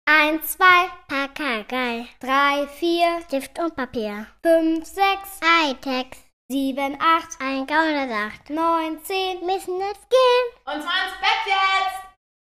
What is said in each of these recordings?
1, 2, Pakagei. 3, 4, Stift und Papier. 5, 6, Hightech. 7, 8, ein Gauner sagt. 9, 10, müssen jetzt gehen. Und zwar ins Bett jetzt!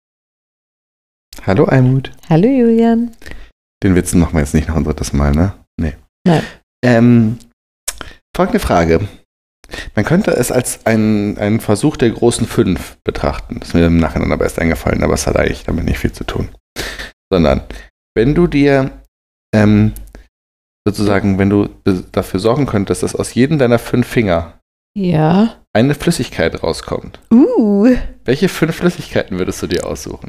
Hallo Almut. Hallo Julian. Den Witz machen wir jetzt nicht noch ein drittes Mal, ne? Nee. Nein. Folgende Frage. Man könnte es als einen Versuch der großen 5 betrachten. Das ist mir im Nachhinein aber erst eingefallen, aber es hat eigentlich damit nicht viel zu tun. Sondern, wenn du dir sozusagen, wenn du dafür sorgen könntest, dass aus jedem deiner 5 Finger eine Flüssigkeit rauskommt. Welche 5 Flüssigkeiten würdest du dir aussuchen?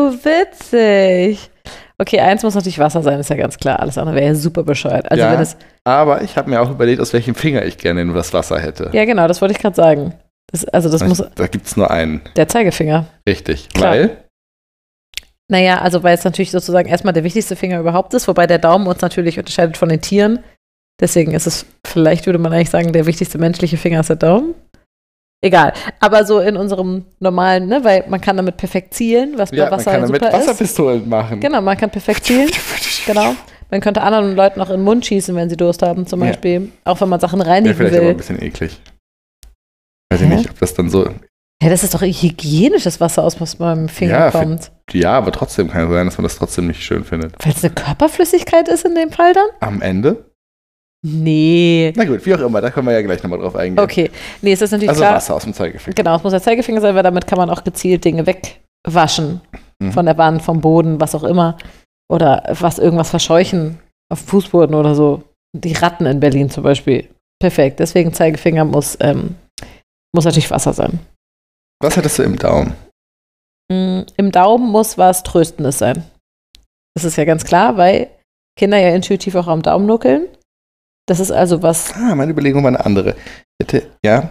Witzig. Okay, eins muss natürlich Wasser sein, ist ja ganz klar. Alles andere wäre ja super bescheuert. Also ja, wenn es aber ich habe mir auch überlegt, aus welchem Finger ich gerne nur das Wasser hätte. Ja, genau, das wollte ich gerade sagen. Da gibt es nur einen. Der Zeigefinger. Richtig, klar. Weil? Naja, also weil es natürlich sozusagen erstmal der wichtigste Finger überhaupt ist, wobei der Daumen uns natürlich unterscheidet von den Tieren. Deswegen ist es, vielleicht würde man eigentlich sagen, der wichtigste menschliche Finger ist der Daumen. Egal, aber so in unserem normalen, ne, weil man kann damit perfekt zielen, was bei Wasser man kann damit Wasserpistolen machen. Genau, man kann perfekt zielen. Genau. Man könnte anderen Leuten auch in den Mund schießen, wenn sie Durst haben, zum Beispiel. Auch wenn man Sachen reinigen will. Vielleicht aber ein bisschen eklig. Weiß ich nicht, ob das dann so... Ja, das ist doch hygienisches Wasser aus, was beim Finger kommt. Ja, aber trotzdem kann es sein, dass man das trotzdem nicht schön findet. Weil es eine Körperflüssigkeit ist in dem Fall dann? Am Ende? Nee. Na gut, wie auch immer, da können wir ja gleich nochmal drauf eingehen. Okay. Nee, es ist natürlich also klar. Wasser aus dem Zeigefinger. Genau, es muss der Zeigefinger sein, weil damit kann man auch gezielt Dinge wegwaschen. Von der Wand, vom Boden, was auch immer. Oder irgendwas verscheuchen auf Fußboden oder so. Die Ratten in Berlin zum Beispiel. Perfekt. Deswegen Zeigefinger muss natürlich Wasser sein. Was hättest du im Daumen? Im Daumen muss was Tröstendes sein. Das ist ja ganz klar, weil Kinder ja intuitiv auch am Daumen nuckeln. Das ist also was... meine Überlegung war eine andere. Bitte, ja?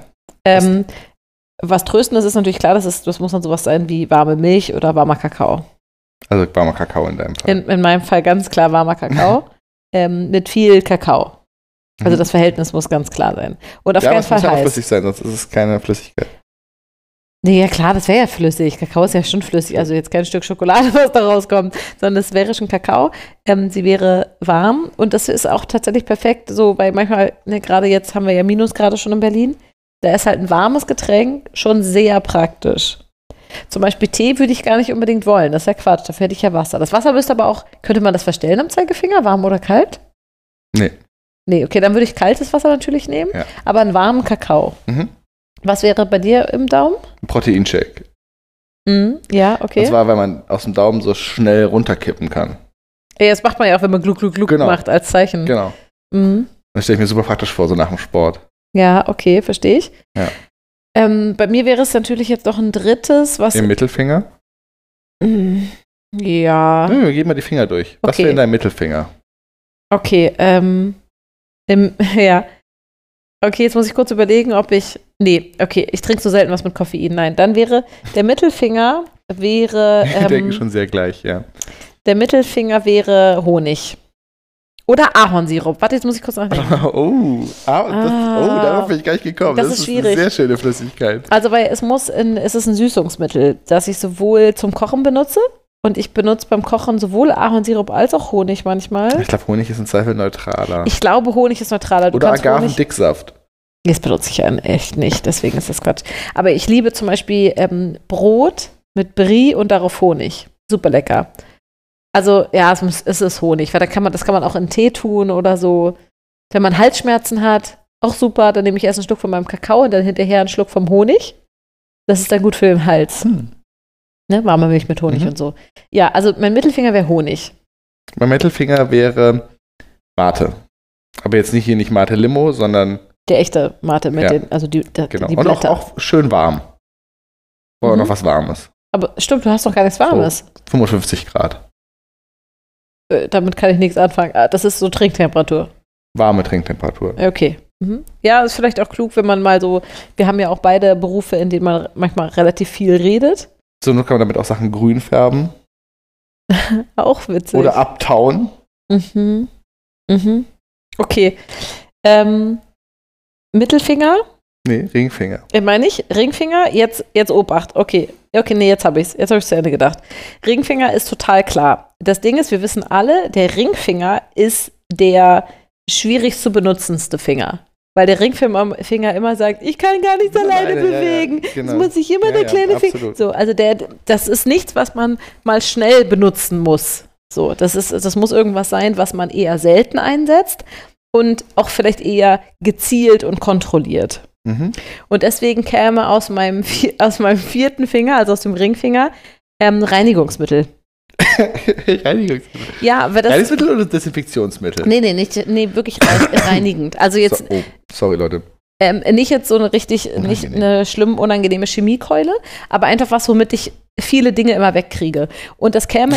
Was Tröstendes ist natürlich klar, das muss dann sowas sein wie warme Milch oder warmer Kakao. Also warmer Kakao in deinem Fall. In meinem Fall ganz klar warmer Kakao. Mit viel Kakao. Also das Verhältnis muss ganz klar sein. Und auf keinen Fall heiß. Ja, aber es muss ja auch flüssig sein, sonst ist es keine Flüssigkeit. Nee, ja klar, das wäre ja flüssig. Kakao ist ja schon flüssig. Also jetzt kein Stück Schokolade, was da rauskommt, sondern es wäre schon Kakao. Sie wäre warm und das ist auch tatsächlich perfekt, so, weil manchmal, ne, gerade jetzt haben wir ja Minusgrade schon in Berlin, da ist halt ein warmes Getränk schon sehr praktisch. Zum Beispiel Tee würde ich gar nicht unbedingt wollen, das ist ja Quatsch, dafür hätte ich ja Wasser. Das Wasser müsste aber auch, könnte man das verstellen am Zeigefinger, warm oder kalt? Nee, okay, dann würde ich kaltes Wasser natürlich nehmen, aber einen warmen Kakao. Was wäre bei dir im Daumen? Ein Proteinshake. Ja, okay. Das war, weil man aus dem Daumen so schnell runterkippen kann. Ja, das macht man ja auch, wenn man Gluck, Gluck, Gluck macht als Zeichen. Genau. Das stelle ich mir super praktisch vor, so nach dem Sport. Ja, okay, verstehe ich. Ja. Bei mir wäre es natürlich jetzt noch ein drittes, was... Im Mittelfinger? Ja. Geh mal die Finger durch. Was wäre in deinem Mittelfinger? Okay, ja. Okay, jetzt muss ich kurz überlegen, ob ich... Nee, okay, ich trinke so selten was mit Koffein. Nein, dann wäre der Mittelfinger wäre... Wir denken schon sehr gleich, ja. Der Mittelfinger wäre Honig. Oder Ahornsirup. Warte, jetzt muss ich kurz nachdenken. Darauf bin ich gar nicht gekommen. Das ist schwierig. Eine sehr schöne Flüssigkeit. Also, weil es ist ein Süßungsmittel, das ich sowohl zum Kochen benutze und ich benutze beim Kochen sowohl Ahornsirup als auch Honig manchmal. Ich glaube, Honig ist im Zweifel neutraler. Ich glaube, Honig ist neutraler. Oder Agavendicksaft. Das benutze ich ja echt nicht, deswegen ist das Quatsch. Aber ich liebe zum Beispiel Brot mit Brie und darauf Honig. Super lecker. Also, ja, es ist Honig, weil das kann man auch in Tee tun oder so. Wenn man Halsschmerzen hat, auch super, dann nehme ich erst einen Schluck von meinem Kakao und dann hinterher einen Schluck vom Honig. Das ist dann gut für den Hals. Ne, warme Milch mit Honig und so. Ja, also mein Mittelfinger wäre Honig. Mein Mittelfinger wäre Mate. Aber jetzt nicht Mate Limo, sondern... Der echte Mate mit die genau. Die und Blätter. auch schön warm. Oder noch was Warmes. Aber stimmt, du hast doch gar nichts Warmes. So 55 Grad. Damit kann ich nichts anfangen. Das ist so Trinktemperatur. Warme Trinktemperatur. Okay. Ja, ist vielleicht auch klug, wenn man mal so, wir haben ja auch beide Berufe, in denen man manchmal relativ viel redet. So, nur kann man damit auch Sachen grün färben. Auch witzig. Oder abtauen. Okay. Mittelfinger? Nee, Ringfinger. Meine ich? Ringfinger? Jetzt Obacht. Okay, nee, jetzt habe ich es. Jetzt habe ich zu Ende gedacht. Ringfinger ist total klar. das Ding ist, wir wissen alle, der Ringfinger ist der schwierig zu benutzendste Finger. Weil der Ringfinger immer sagt, ich kann gar nichts alleine bewegen. Genau. Das muss ich immer der kleine Finger. So, also das ist nichts, was man mal schnell benutzen muss. So, das muss irgendwas sein, was man eher selten einsetzt und auch vielleicht eher gezielt und kontrolliert. Mhm. Und deswegen käme aus meinem vierten Finger, also aus dem Ringfinger, Reinigungsmittel. Reinigungsmittel? Ja, aber das. Reinigungsmittel oder Desinfektionsmittel? Nee, wirklich reinigend. Also jetzt. Sorry, Leute. Nicht jetzt so nicht eine schlimm unangenehme Chemiekeule, aber einfach was, womit ich viele Dinge immer wegkriege. Und das käme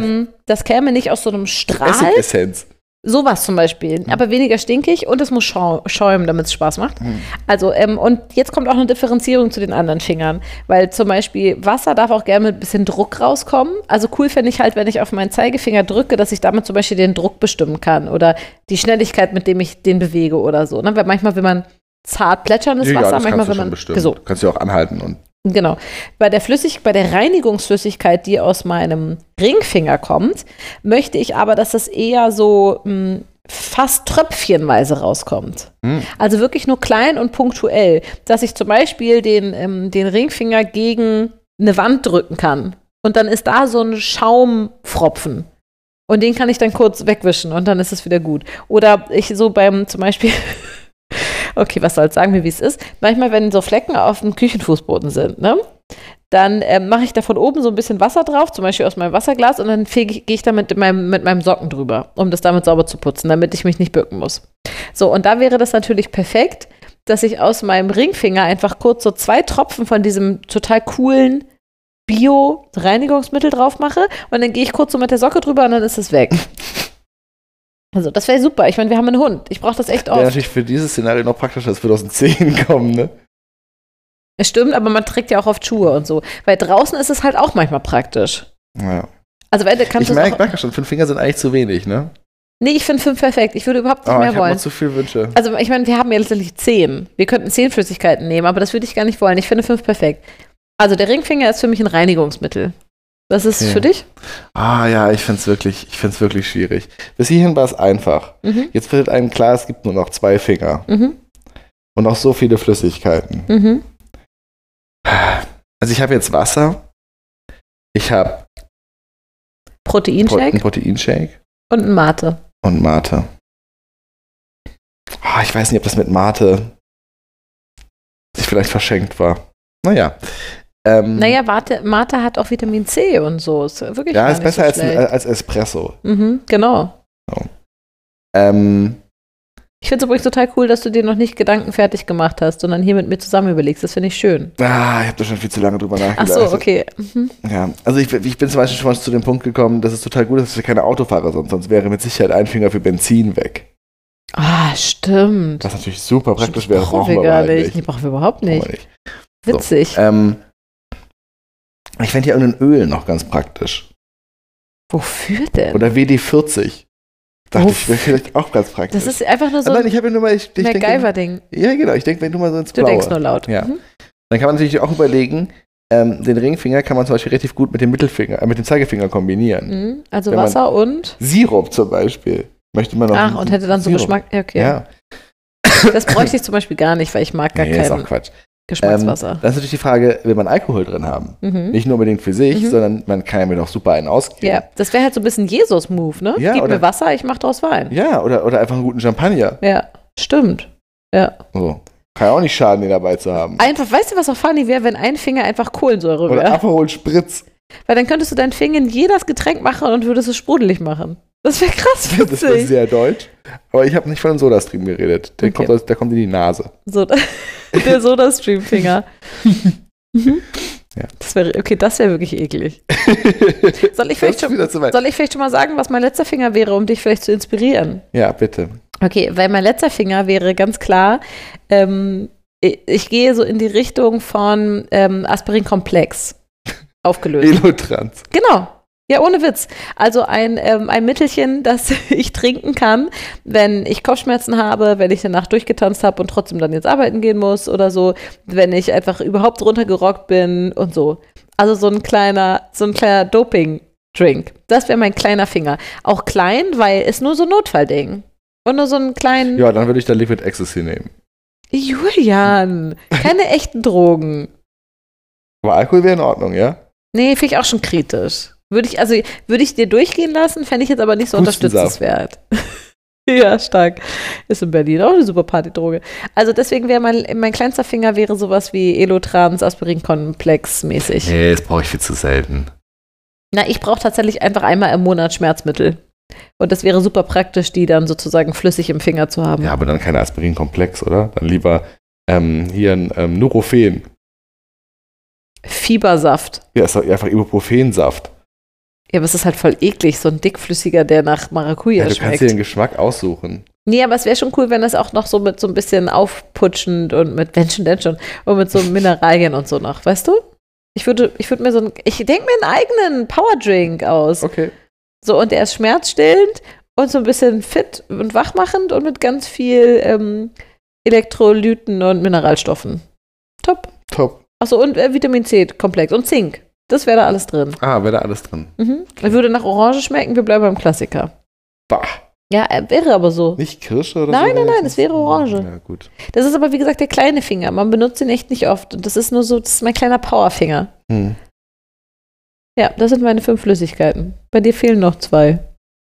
nicht aus so einem Strahl. Essigessenz. Sowas zum Beispiel, aber weniger stinkig und es muss schäumen, damit es Spaß macht. Also, und jetzt kommt auch eine Differenzierung zu den anderen Fingern, weil zum Beispiel Wasser darf auch gerne mit ein bisschen Druck rauskommen. Also cool fände ich halt, wenn ich auf meinen Zeigefinger drücke, dass ich damit zum Beispiel den Druck bestimmen kann oder die Schnelligkeit, mit dem ich den bewege oder so. Ne? Weil manchmal will man zart plätscherndes Wasser, das manchmal kannst du will schon man bestimmen. so. Du kannst ja auch anhalten und Genau. Bei der Reinigungsflüssigkeit, die aus meinem Ringfinger kommt, möchte ich aber, dass das eher so fast tröpfchenweise rauskommt. Also wirklich nur klein und punktuell, dass ich zum Beispiel den Ringfinger gegen eine Wand drücken kann. Und dann ist da so ein Schaumfropfen. Und den kann ich dann kurz wegwischen und dann ist es wieder gut. Oder ich so beim zum Beispiel okay, was soll's, sagen wir, wie es ist. Manchmal, wenn so Flecken auf dem Küchenfußboden sind, ne, dann mache ich da von oben so ein bisschen Wasser drauf, zum Beispiel aus meinem Wasserglas, und dann gehe ich da mit meinem Socken drüber, um das damit sauber zu putzen, damit ich mich nicht bücken muss. So, und da wäre das natürlich perfekt, dass ich aus meinem Ringfinger einfach kurz so 2 Tropfen von diesem total coolen Bio-Reinigungsmittel drauf mache und dann gehe ich kurz so mit der Socke drüber und dann ist es weg. Also, das wäre super. Ich meine, wir haben einen Hund. Ich brauche das echt oft. Wäre natürlich für dieses Szenario noch praktischer, als würde aus den Zehen kommen, ne? Es stimmt, aber man trägt ja auch oft Schuhe und so. Weil draußen ist es halt auch manchmal praktisch. Ja. Also, weil Ich merke schon, 5 Finger sind eigentlich zu wenig, ne? Nee, ich finde 5 perfekt. Ich würde überhaupt nicht mehr Ich wollen. habe noch zu viele Wünsche. Also, ich meine, wir haben ja letztendlich 10. Wir könnten 10 Flüssigkeiten nehmen, aber das würde ich gar nicht wollen. Ich finde 5 perfekt. Also, der Ringfinger ist für mich ein Reinigungsmittel. Was ist für dich? Ja, ich finde es wirklich schwierig. Bis hierhin war es einfach. Jetzt wird einem klar, es gibt nur noch 2 Finger. Und auch so viele Flüssigkeiten. Also ich habe jetzt Wasser. Ich habe Proteinshake. einen Proteinshake. Und ein Mate. Und Mate. Ich weiß nicht, ob das mit Mate sich vielleicht verschenkt war. Naja. Mate hat auch Vitamin C und so. Ist wirklich ja, ist besser so als Espresso. Genau. So. Ich finde es übrigens total cool, dass du dir noch nicht Gedanken fertig gemacht hast, sondern hier mit mir zusammen überlegst. Das finde ich schön. Ich habe da schon viel zu lange drüber nachgedacht. Ach so, okay. Ja, also ich bin zum Beispiel schon zu dem Punkt gekommen, dass es total gut ist, dass ich keine Autofahrer sind, sonst wäre mit Sicherheit ein Finger für Benzin weg. Stimmt. Was natürlich super praktisch wäre. Brauchen wir gar nicht. Die brauchen wir überhaupt nicht. Witzig. So, ich fände hier irgendein Öl noch ganz praktisch. Wofür denn? Oder WD-40. Dachte ich, wäre vielleicht auch ganz praktisch. Das ist einfach nur so Nein, ich habe ja nur mal... Ich MacGyver-Ding. Ja, genau. Ich denke, wenn du mal so ins Du Blaue. denkst nur laut. Ja. Dann kann man natürlich auch überlegen, den Ringfinger kann man zum Beispiel relativ gut mit dem Mittelfinger, mit dem Zeigefinger kombinieren. Also Wasser und? Sirup zum Beispiel. Möchte man noch und hätte dann so Geschmack. Okay. Ja. Das bräuchte ich zum Beispiel gar nicht, weil ich mag gar ist auch kein Quatsch. Geschmackswasser. Dann ist natürlich die Frage, will man Alkohol drin haben? Nicht nur unbedingt für sich, sondern man kann ja mir doch super einen ausgeben. Ja, das wäre halt so ein bisschen Jesus-Move, ne? Ja, Gib mir Wasser, ich mach draus Wein. Ja, oder einfach einen guten Champagner. Ja, stimmt. Ja. So. Kann ja auch nicht schaden, den dabei zu haben. Einfach, weißt du, was auch funny wäre, wenn ein Finger einfach Kohlensäure wäre? Oder Aperol Spritz. Weil dann könntest du deinen Finger in jedes Getränk machen und würdest es sprudelig machen. Das wäre krass witzig. Das wäre sehr deutsch. Aber ich habe nicht von dem Sodastream geredet. Der kommt in die Nase. Der Sodastream-Finger. Ja. Das wäre wirklich eklig. Soll ich vielleicht schon mal sagen, was mein letzter Finger wäre, um dich vielleicht zu inspirieren? Ja, bitte. Okay, weil mein letzter Finger wäre ganz klar, ich gehe so in die Richtung von Aspirin-Komplex aufgelöst. Elotrans. Genau. Ja, ohne Witz. Also ein Mittelchen, das ich trinken kann, wenn ich Kopfschmerzen habe, wenn ich eine Nacht durchgetanzt habe und trotzdem dann jetzt arbeiten gehen muss oder so, wenn ich einfach überhaupt runtergerockt bin und so. Also so ein kleiner Doping-Drug. Drink. Das wäre mein kleiner Finger. Auch klein, weil es nur so ein Notfallding. Und nur so einen kleinen... Ja, dann würde ich da Liquid Ecstasy nehmen. Julian, keine echten Drogen. Aber Alkohol wäre in Ordnung, ja? Nee, finde ich auch schon kritisch. Würde ich dir durchgehen lassen, fände ich jetzt aber nicht so Hustensaft. unterstützenswert. Ja, stark. Ist in Berlin auch eine super Partydroge. Also deswegen wäre mein kleinster Finger wäre sowas wie Elotrans, Aspirinkomplex mäßig. Nee, das brauche ich viel zu selten. Na, ich brauche tatsächlich einfach einmal im Monat Schmerzmittel. Und das wäre super praktisch, die dann sozusagen flüssig im Finger zu haben. Ja, aber dann keine Aspirinkomplex, oder? Dann lieber hier ein Nurofen. Fiebersaft. Ja, ist doch einfach Ibuprofensaft. Ja, aber es ist halt voll eklig, so ein dickflüssiger, der nach Maracuja Ja, du schmeckt. kannst dir den Geschmack aussuchen. Nee, aber es wäre schon cool, wenn das auch noch so mit so ein bisschen aufputschend und mit und mit so Mineralien und so noch, weißt du? Ich würde mir ich denke mir einen eigenen Powerdrink aus. Okay. So, und der ist schmerzstillend und so ein bisschen fit und wachmachend und mit ganz viel Elektrolyten und Mineralstoffen. Top. Top. Achso, und Vitamin C-Komplex und Zink. Das wäre da alles drin. Ah, wäre da alles drin. Mhm. Würde nach Orange schmecken, wir bleiben beim Klassiker. Bah. Ja, wäre aber so. Nicht Kirsche oder Nein, so? nein, es wäre Orange. Ja, gut. Das ist aber, wie gesagt, der kleine Finger. Man benutzt ihn echt nicht oft. Und das ist nur so, das ist mein kleiner Powerfinger. Hm. Ja, das sind meine 5 Flüssigkeiten. Bei dir fehlen noch 2.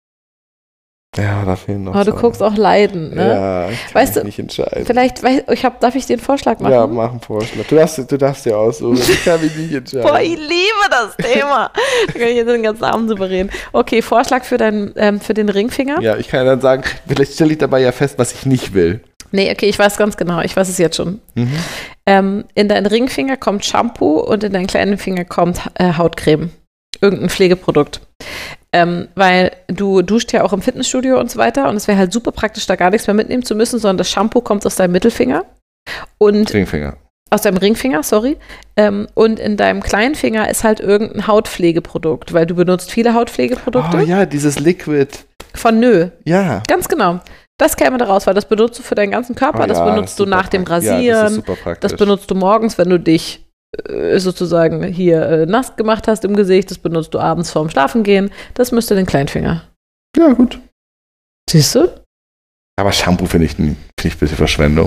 Ja, da fehlen noch Aber du zwei. guckst auch leiden, ne? Ja, ich kann Weißt mich du, nicht entscheiden. Vielleicht, darf ich dir einen Vorschlag machen? Ja, mach einen Vorschlag. Du darfst dir aussuchen. Ich kann mich nicht entscheiden. Boah, ich liebe das Thema. Da kann ich jetzt den ganzen Abend drüber reden. Okay, Vorschlag für den Ringfinger? Ja, ich kann ja dann sagen, vielleicht stelle ich dabei ja fest, was ich nicht will. Nee, okay, ich weiß ganz genau. Ich weiß es jetzt schon. Mhm. In deinen Ringfinger kommt Shampoo und in deinen kleinen Finger kommt Hautcreme. Irgendein Pflegeprodukt. Weil du duscht ja auch im Fitnessstudio und so weiter und es wäre halt super praktisch, da gar nichts mehr mitnehmen zu müssen, sondern das Shampoo kommt aus deinem Mittelfinger und Ringfinger. aus deinem Ringfinger, sorry. Und in deinem kleinen Finger ist halt irgendein Hautpflegeprodukt, weil du benutzt viele Hautpflegeprodukte. Oh ja, dieses Liquid. Von Nö. Ja. Ganz genau. Das käme da raus, weil das benutzt du für deinen ganzen Körper, Oh das ja, benutzt du super nach dem praktisch. Rasieren, Ja, das ist super praktisch. das benutzt du morgens, wenn du dich sozusagen hier nass gemacht hast im Gesicht, das benutzt du abends vorm Schlafengehen, das müsste den Kleinfinger. Ja, gut. Siehst du? Aber Shampoo finde ich ein bisschen Verschwendung.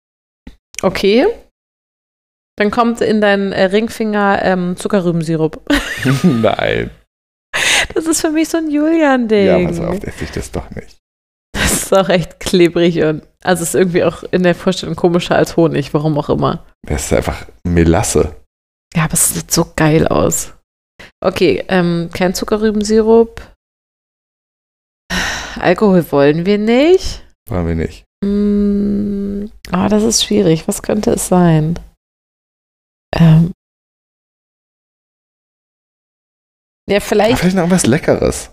Okay. Dann kommt in deinen Ringfinger Zuckerrübensirup. Nein. Das ist für mich so ein Julian-Ding. Ja, pass auf, esse ich das doch nicht. Das ist auch echt klebrig und also ist irgendwie auch in der Vorstellung komischer als Honig, warum auch immer. Das ist einfach Melasse. Ja, aber es sieht so geil aus. Okay, kein Zuckerrübensirup. Alkohol wollen wir nicht. Wollen wir nicht. Das ist schwierig. Was könnte es sein? Ja, vielleicht. Vielleicht noch irgendwas Leckeres.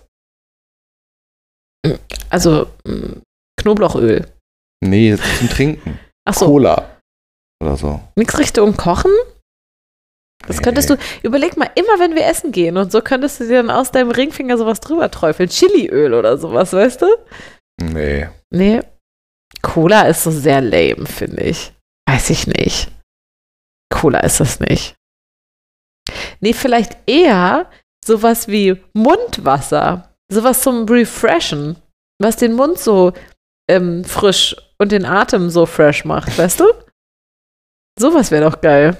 Also Knoblauchöl. Nee, das ist zum Trinken. Achso, Cola. Oder so. nix Richtung Kochen? Das Nee. könntest du, überleg mal, immer wenn wir essen gehen und so könntest du dir dann aus deinem Ringfinger sowas drüber träufeln. Chiliöl oder sowas, weißt du? Nee. Nee. Cola ist so sehr lame, finde ich. Weiß ich nicht. Cola ist das nicht. Nee, vielleicht eher sowas wie Mundwasser. Sowas zum Refreshen. Was den Mund so frisch und den Atem so fresh macht, weißt du? Sowas wäre doch geil.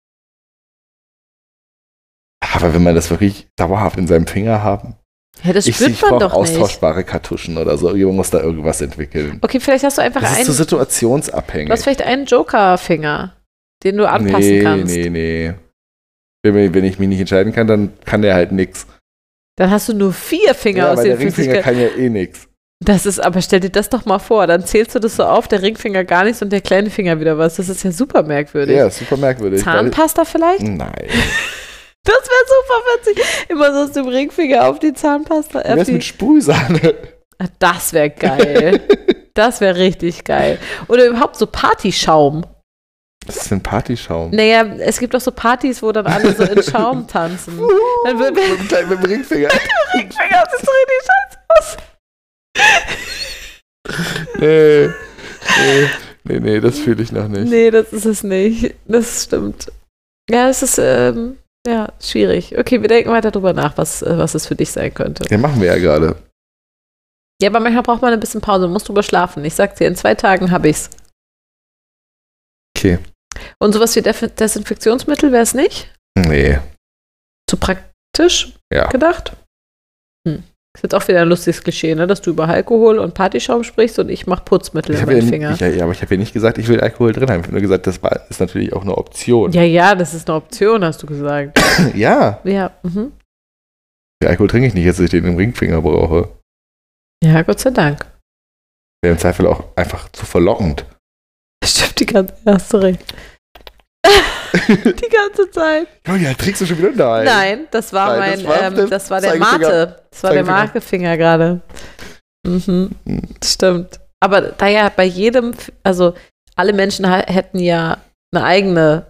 Aber wenn man das wirklich dauerhaft in seinem Finger haben. Ja, das Ich spürt man brauche doch nicht. austauschbare Kartuschen oder so. Jemand muss da irgendwas entwickeln. Okay, vielleicht hast du einfach Das ist so du situationsabhängig. hast vielleicht einen Joker-Finger, den du anpassen kannst. Nee. Wenn ich mich nicht entscheiden kann, dann kann der halt nix. Dann hast du nur 4 Finger Ja, aus weil den der Ringfinger Flüssigkeiten. kann ja eh nix. Das ist, aber stell dir das doch mal vor, dann zählst du das so auf, der Ringfinger gar nichts und der kleine Finger wieder was. Das ist ja super merkwürdig. Ja, super merkwürdig. Zahnpasta vielleicht? Nein. Das wäre super witzig. Immer so aus dem Ringfinger auf die Zahnpasta. Wie wär's mit Sprühsahne? Das wäre geil. Das wäre richtig geil. Oder überhaupt so Partyschaum. Was ist denn Partyschaum? Naja, es gibt doch so Partys, wo dann alle so in Schaum tanzen. Dann wird mit dem Ringfinger. Ringfinger sieht so richtig scheiße aus. Nee, das fühle ich noch nicht. Nee, das ist es nicht. Das stimmt. Ja, es ist, Ja, schwierig. Okay, wir denken weiter drüber nach, was es für dich sein könnte. Ja, machen wir ja gerade. Ja, aber manchmal braucht man ein bisschen Pause, musst drüber schlafen. Ich sag dir, in 2 Tagen habe ich's. Okay. Und sowas wie Desinfektionsmittel wäre es nicht? Nee. Zu praktisch Ja. gedacht? Ist jetzt auch wieder ein lustiges Klischee, ne? Dass du über Alkohol und Partyschaum sprichst und ich mache Putzmittel in meinen Finger. Aber ich habe ja nicht gesagt, ich will Alkohol drin haben. Ich habe nur gesagt, das ist natürlich auch eine Option. Ja, das ist eine Option, hast du gesagt. Ja. Ja, Alkohol trinke ich nicht, jetzt dass ich den im Ringfinger brauche. Ja, Gott sei Dank. Wäre im Zweifel auch einfach zu verlockend. Stimmt, hast du recht. Die ganze Zeit. Julia, trinkst du schon wieder? Nein, das war das war der Mate. Das war der Markefinger gerade. Stimmt. Aber da ja bei jedem, also alle Menschen hätten ja eine eigene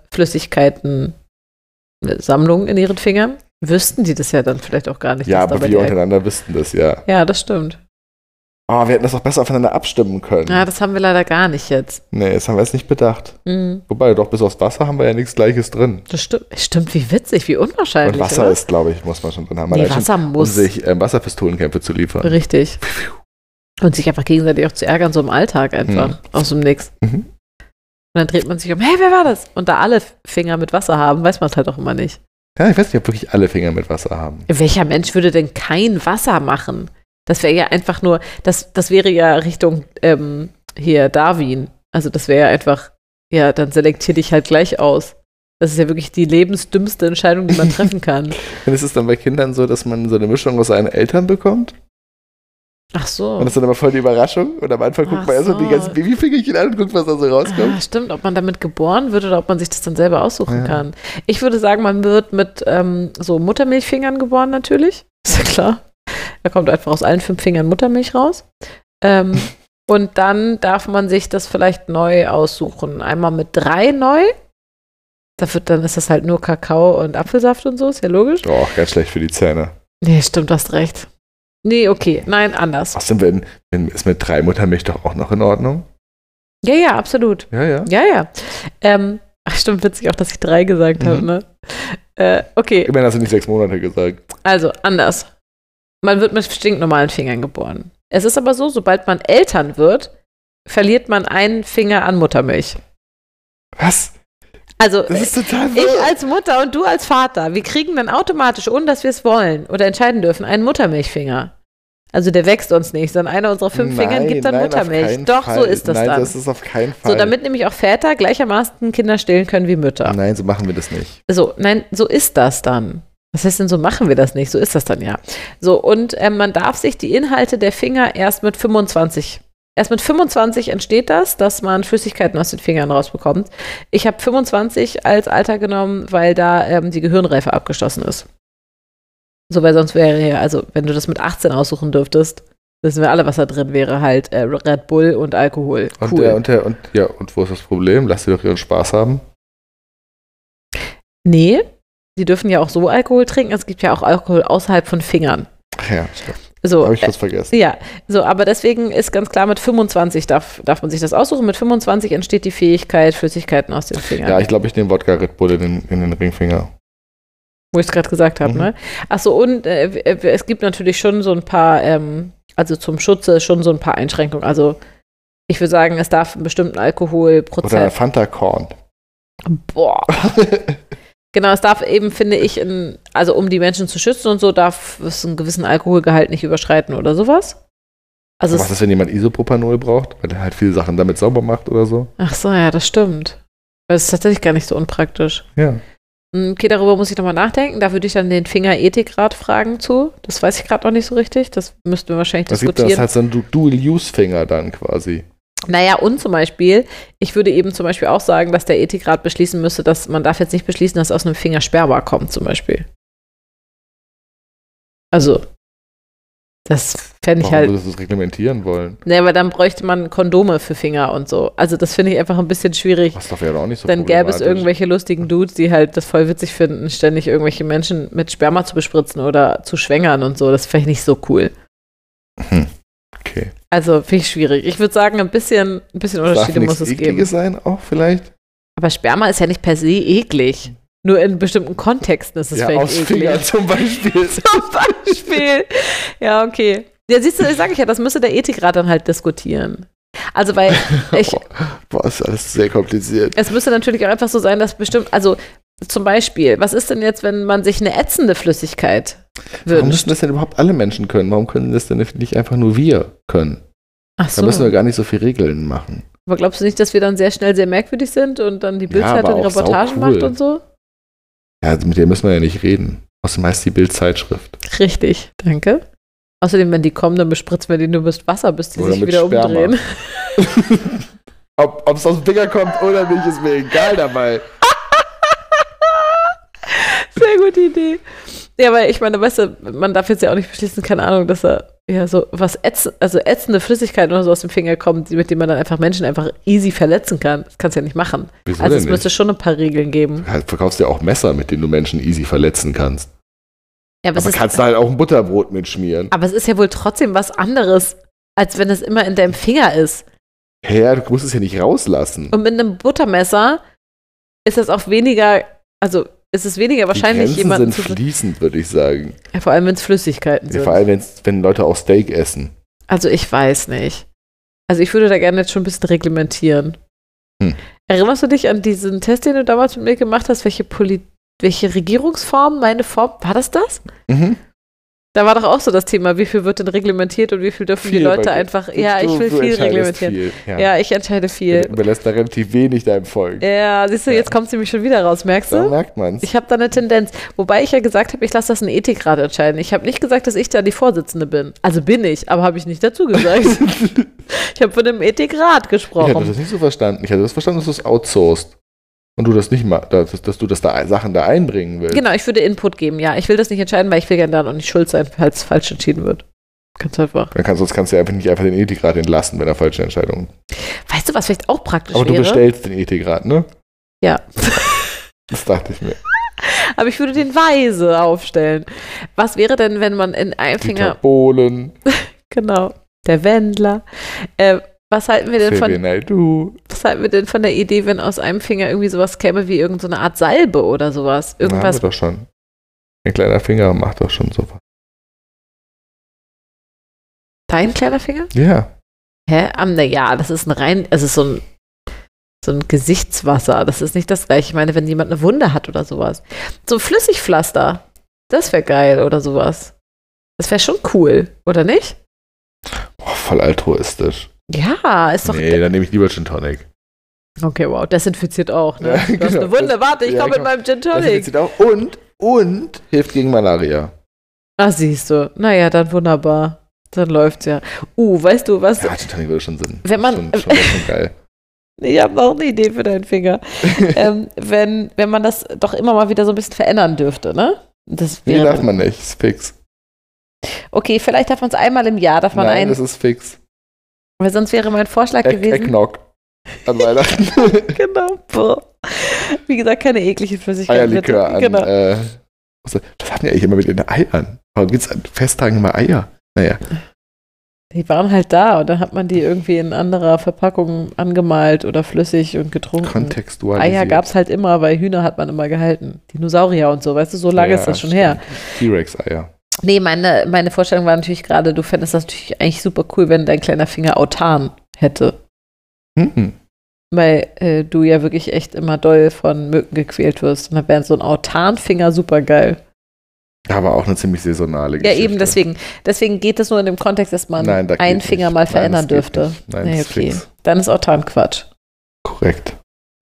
Flüssigkeiten-Sammlung in ihren Fingern, wüssten die das ja dann vielleicht auch gar nicht. Ja, aber wir untereinander wüssten das, ja. Ja, das stimmt. Oh, wir hätten das auch besser aufeinander abstimmen können. Ja, das haben wir leider gar nicht jetzt. Nee, das haben wir jetzt nicht bedacht. Wobei, doch bis aufs Wasser haben wir ja nichts Gleiches drin. Das stimmt, wie witzig, wie unwahrscheinlich. Und Wasser ist, glaube ich, muss man schon drin haben. Nee, Wasser muss. Um sich Wasserpistolenkämpfe zu liefern. Richtig. Und sich einfach gegenseitig auch zu ärgern, so im Alltag einfach, aus dem Nix. Und dann dreht man sich um, hey, wer war das? Und da alle Finger mit Wasser haben, weiß man es halt auch immer nicht. Ja, ich weiß nicht, ob wirklich alle Finger mit Wasser haben. Welcher Mensch würde denn kein Wasser machen? Das wäre ja einfach nur, das wäre ja Richtung hier Darwin. Also das wäre ja einfach, ja, dann selektier dich halt gleich aus. Das ist ja wirklich die lebensdümmste Entscheidung, die man treffen kann. Und ist es dann bei Kindern so, dass man so eine Mischung aus seinen Eltern bekommt? Ach so. Und das ist dann aber voll die Überraschung. Und am Anfang guckt man erstmal die ganzen Babyfingerchen an und guckt, was da so rauskommt. Stimmt, ob man damit geboren wird oder ob man sich das dann selber aussuchen kann. Ich würde sagen, man wird mit so Muttermilchfingern geboren natürlich. Ist ja klar. Da kommt einfach aus allen 5 Fingern Muttermilch raus. Und dann darf man sich das vielleicht neu aussuchen. Einmal mit 3 neu. Dann ist das halt nur Kakao und Apfelsaft und so, ist ja logisch. Doch, ganz schlecht für die Zähne. Nee, stimmt, du hast recht. Nee, okay, nein, anders. Was denn, ist mit 3 Muttermilch doch auch noch in Ordnung? Ja, absolut. Ja. Ach, stimmt, witzig auch, dass ich 3 gesagt habe, ne? Okay. Immerhin hast du nicht 6 Monate gesagt. Also, anders. Man wird mit stinknormalen Fingern geboren. Es ist aber so, sobald man Eltern wird, verliert man einen Finger an Muttermilch. Was? Also, das ist total ich als Mutter und du als Vater, wir kriegen dann automatisch, ohne dass wir es wollen oder entscheiden dürfen, einen Muttermilchfinger. Also der wächst uns nicht, sondern einer unserer 5 Fingern gibt dann Muttermilch. Doch, so ist das dann. Nein, das ist auf keinen Fall. So, damit nämlich auch Väter gleichermaßen Kinder stillen können wie Mütter. Nein, so machen wir das nicht. So ist das dann. Was heißt denn, so machen wir das nicht? So ist das dann ja. So, und man darf sich die Inhalte der Finger erst mit 25 entsteht das, dass man Flüssigkeiten aus den Fingern rausbekommt. Ich habe 25 als Alter genommen, weil da die Gehirnreife abgeschlossen ist. So, weil sonst wäre ja, also wenn du das mit 18 aussuchen dürftest, wissen wir alle, was da drin wäre, halt Red Bull und Alkohol. Cool. Und wo ist das Problem? Lass sie doch ihren Spaß haben. Nee, sie dürfen ja auch so Alkohol trinken. Es gibt ja auch Alkohol außerhalb von Fingern. Ach ja, stimmt. So, habe ich was vergessen. Ja, so, aber deswegen ist ganz klar, mit 25 darf man sich das aussuchen. Mit 25 entsteht die Fähigkeit, Flüssigkeiten aus den Fingern. Ja, ich glaube, ich nehme Wodka Red Bull in den Ringfinger. Wo ich es gerade gesagt habe, ne? Achso, und es gibt natürlich schon so ein paar, also zum Schutze schon so ein paar Einschränkungen. Also ich würde sagen, es darf einen bestimmten Alkoholprozent. Oder Fanta Korn. Boah. Genau, es darf eben, finde ich, also um die Menschen zu schützen und so, darf es einen gewissen Alkoholgehalt nicht überschreiten oder sowas. Also was ist, wenn jemand Isopropanol braucht, weil er halt viele Sachen damit sauber macht oder so? Ach so, ja, das stimmt. Das ist tatsächlich gar nicht so unpraktisch. Ja. Okay, darüber muss ich nochmal nachdenken. Da würde ich dann den Finger-Ethikrat fragen zu. Das weiß ich gerade noch nicht so richtig. Das müssten wir wahrscheinlich diskutieren. Das ist halt so ein Dual-Use-Finger dann quasi. Naja, und zum Beispiel, ich würde eben zum Beispiel auch sagen, dass der Ethikrat beschließen müsste, dass man darf jetzt nicht beschließen, dass aus einem Finger Sperma kommt zum Beispiel. Also, das fände ich halt. Warum würdest du das reglementieren wollen? Ne, aber dann bräuchte man Kondome für Finger und so. Also das finde ich einfach ein bisschen schwierig. Das doch ja auch nicht so. Dann gäbe es irgendwelche lustigen Dudes, die halt das voll witzig finden, ständig irgendwelche Menschen mit Sperma zu bespritzen oder zu schwängern und so. Das fände ich nicht so cool. Okay. Also finde ich schwierig. Ich würde sagen, ein bisschen Unterschiede muss es geben. Ekliges sein auch vielleicht? Aber Sperma ist ja nicht per se eklig. Nur in bestimmten Kontexten ist es Ja, vielleicht aus eklig. Finger zum Beispiel. Zum Beispiel. Ja, okay. Ja, siehst du, sag ich ja, das müsste der Ethikrat dann halt diskutieren. Also, weil Boah, ist alles sehr kompliziert. es müsste natürlich auch einfach so sein, dass bestimmt, also zum Beispiel, was ist denn jetzt, wenn man sich eine ätzende Flüssigkeit Warum wünscht? müssen das denn überhaupt alle Menschen können? Warum können das denn nicht einfach nur wir können? Ach Da so. müssen wir gar nicht so viel Regeln machen. Aber glaubst du nicht, dass wir dann sehr schnell sehr merkwürdig sind und dann die Bild-Zeitung aber auch Reportagen saucool. macht und so? Ja, also mit der müssen wir ja nicht reden. Außerdem heißt die Bild-Zeitschrift. Richtig, danke. Außerdem, wenn die kommen, dann bespritzen wir die nur mit Wasser, bis die Oder sich mit wieder Sperma. umdrehen. Ob es aus dem Finger kommt oder nicht, ist mir egal dabei. Sehr gute Idee. Ja, weil ich meine, weißt du, man darf jetzt ja auch nicht beschließen, keine Ahnung, dass da ja so was ätzende Flüssigkeiten oder so aus dem Finger kommen, mit denen man dann einfach Menschen einfach easy verletzen kann. Das kannst du ja nicht machen. Wieso Also denn es müsste nicht? schon ein paar Regeln geben. Du verkaufst ja auch Messer, mit denen du Menschen easy verletzen kannst. Ja, aber, Aber kannst du halt auch ein Butterbrot mitschmieren. aber es ist ja wohl trotzdem was anderes, als wenn es immer in deinem Finger ist. Ja, du musst es ja nicht rauslassen. Und mit einem Buttermesser ist das auch weniger, also ist es weniger wahrscheinlich Die Grenzen jemanden sind zu. fließend, würde ich sagen. Ja, vor allem, wenn es Flüssigkeiten Ja, sind. vor allem, wenn Leute auch Steak essen. Also ich weiß nicht. Also ich würde da gerne jetzt schon ein bisschen reglementieren. Erinnerst du dich an diesen Test, den du damals mit mir gemacht hast, welche Regierungsform, meine Form, war das? Mhm. Da war doch auch so das Thema, wie viel wird denn reglementiert und wie viel dürfen die Viel, Leute weil einfach, du- ja, ich du- will du viel entscheidest reglementieren. viel, ja. Ja, ich entscheide Du viel. überlässt da relativ wenig deinem Volk. Ja, siehst du, Ja. jetzt kommt sie mich schon wieder raus, merkst Da du? merkt man's. Ich habe da eine Tendenz. Wobei ich ja gesagt habe, ich lasse das ein Ethikrat entscheiden. Ich habe nicht gesagt, dass ich da die Vorsitzende bin. Also bin ich, aber habe ich nicht dazu gesagt. Ich habe von einem Ethikrat Ich hatte gesprochen. das nicht so verstanden. Ich hatte das verstanden, dass du es outsourced. Und du das nicht mal, dass du Sachen da einbringen willst. Genau, ich würde Input geben, ja. Ich will das nicht entscheiden, weil ich will gerne da noch nicht schuld sein, falls falsch entschieden wird. Ganz einfach. Sonst kannst du ja nicht einfach den Ethikrat entlassen, wenn er falsche Entscheidungen. Weißt du, was vielleicht auch praktisch Aber du wäre? bestellst den Ethikrat, ne? Ja. Das dachte ich mir. Aber ich würde den weise aufstellen. Was wäre denn, wenn man in einem Dieter Finger, Bohlen, genau, der Wendler, was halten wir denn Xavier Naidoo. was halten wir denn von der Idee, wenn aus einem Finger irgendwie sowas käme wie irgendeine Art Salbe oder sowas? Haben Irgendwas. wir doch schon. Ein kleiner Finger macht doch schon sowas. Dein kleiner Finger? Ja. Hä? Ja, das ist es ist so ein Gesichtswasser. Das ist nicht das gleiche. Ich meine, wenn jemand eine Wunde hat oder sowas. So ein Flüssigpflaster. Das wäre geil oder sowas. Das wäre schon cool, oder nicht? Boah, voll altruistisch. Ja, ist doch. Nee, dann nehme ich lieber Gin Tonic. Okay, wow, desinfiziert auch, ne? Ja, Du hast genau. eine Wunde, warte, ich Ja, komme mit genau. meinem Gin Das Tonic. sieht auch. Und hilft gegen Malaria. Ah, siehst du. Naja, dann wunderbar. Dann läuft's ja. Weißt du was? Ja, Gin Tonic würde schon Sinn. Wenn man- Schon geil. Ich habe noch eine Idee für deinen Finger. Wenn man das doch immer mal wieder so ein bisschen verändern dürfte, ne? Das Nee, wäre darf man nicht. Ist fix. Okay, vielleicht darf man es einmal im Jahr, darf man Nein, einen. das ist fix. Weil sonst wäre mein Vorschlag gewesen. Eggnog. An Weihnachten. Genau. Boah. Wie gesagt, keine eklige Flüssigkeit. Eierlikör an. Genau. Was hatten die eigentlich immer mit den Eiern? Warum gibt es an Festtagen immer Eier? Naja. Die waren halt da und dann hat man die irgendwie in anderer Verpackung angemalt oder flüssig und getrunken. Kontextualisiert. Eier gab es halt immer, weil Hühner hat man immer gehalten. Dinosaurier und so, weißt du, so lange Ja, ist das schon stimmt. her. T-Rex-Eier. Nee, meine Vorstellung war natürlich gerade, du fändest das natürlich eigentlich super cool, wenn dein kleiner Finger Autan hätte. Mhm. Weil du ja wirklich echt immer doll von Mücken gequält wirst. Und dann wäre so ein Autanfinger super geil. Aber auch eine ziemlich saisonale Ja, Geschichte. eben deswegen geht es nur in dem Kontext, dass man Nein, da geht einen nicht. Finger mal Nein, verändern das geht dürfte. nicht. Nein, Nee, das ist okay. fix. Dann ist Autan Quatsch. Korrekt.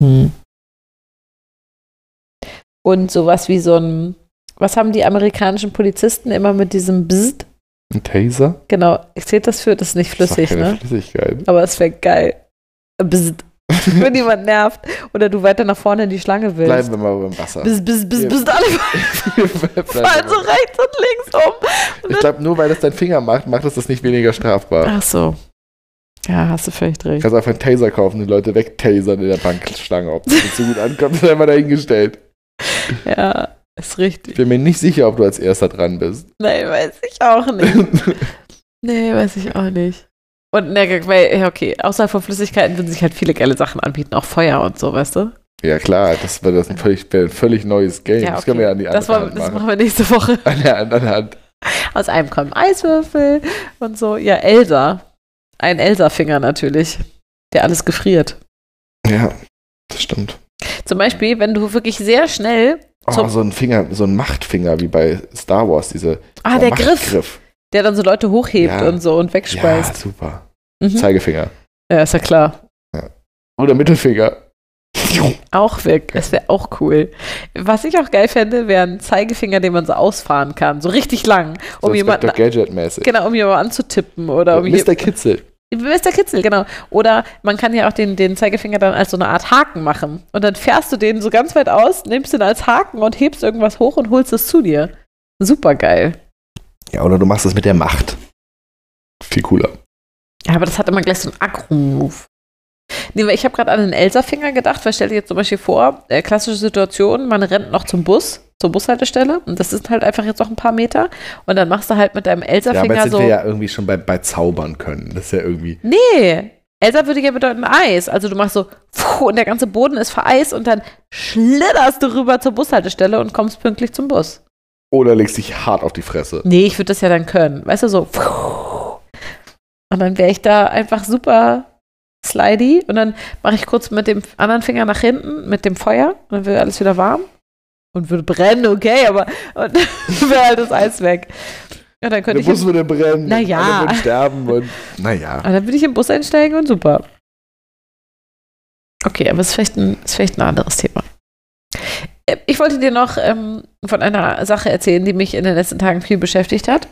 Und sowas wie so ein, was haben die amerikanischen Polizisten immer mit diesem Bzzzt? Ein Taser? Genau, zählt das für, das ist nicht flüssig, Das ist doch keine ne? Flüssigkeit. Aber es wäre geil. Bzzzt. Wenn jemand nervt oder du weiter nach vorne in die Schlange willst. Bleiben wir mal beim Wasser. Bzzzt, bzzzt, bzzzt, Ja. bzzzt, alle fallen so rechts und links um. Ich glaube, nur weil das dein Finger macht, macht es das nicht weniger strafbar. Ach so. Ja, hast du völlig Du recht. kannst einfach einen Taser kaufen und die Leute wegtasern in der Bankschlange. Ob das nicht so gut ankommt, ist einmal dahingestellt. Ja, ist Ich richtig. bin mir nicht sicher, ob du als Erster dran bist. Nee, weiß ich auch nicht. Nee, weiß ich auch nicht. Und ne, weil, ja, okay, außerhalb von Flüssigkeiten würden sich halt viele geile Sachen anbieten, auch Feuer und so, weißt du? Ja klar, das wäre ein völlig neues Game. Ja, Das können wir ja an die andere Hand das machen. machen wir nächste Woche. An der anderen Hand. Aus einem kommen Eiswürfel und so. Ja, Elsa. Ein Elsa-Finger natürlich, der alles gefriert. Ja, das stimmt. Zum Beispiel, wenn du wirklich sehr schnell So ein Finger, so ein Machtfinger wie bei Star Wars, der Griff, der dann so Leute hochhebt und so und wegspeist. Ja, super. Mhm. Zeigefinger. Ja, ist ja klar. Ja. Oder Mittelfinger. Auch weg. Das wäre auch cool. Was ich auch geil fände, wäre ein Zeigefinger, den man so ausfahren kann. So richtig lang. So jemanden, Gadget-mäßig. Genau, um jemanden anzutippen. Oder Mr. Kitzel. Mr. Kitzel, genau. Oder man kann ja auch den Zeigefinger dann als so eine Art Haken machen. Und dann fährst du den so ganz weit aus, nimmst den als Haken und hebst irgendwas hoch und holst es zu dir. Super geil. Ja, oder du machst es mit der Macht. Viel cooler. Ja, aber das hat immer gleich so einen Aggro-Move. Nee, weil ich habe gerade an den Elsa-Finger gedacht, weil stell dir jetzt zum Beispiel vor, klassische Situation, man rennt noch zur Bushaltestelle und das ist halt einfach jetzt noch ein paar Meter und dann machst du halt mit deinem Elsa-Finger aber jetzt so. sind wir ja irgendwie schon bei Zaubern können. Das ist ja irgendwie. Nee, Elsa würde ja bedeuten Eis. Also du machst so und der ganze Boden ist vereist und dann schlitterst du rüber zur Bushaltestelle und kommst pünktlich zum Bus. Oder legst dich hart auf die Fresse. Nee, ich würde das ja dann können. Weißt du, so. Und dann wäre ich da einfach super slidey und dann mache ich kurz mit dem anderen Finger nach hinten, mit dem Feuer und dann wird alles wieder warm und würde brennen, okay, aber und dann wäre halt das Eis weg. Und dann könnte der Bus würde brennen, naja. alle würden sterben und naja. Und dann würde ich im Bus einsteigen und super. Okay, aber es ist vielleicht ein anderes Thema. Ich wollte dir noch von einer Sache erzählen, die mich in den letzten Tagen viel beschäftigt hat.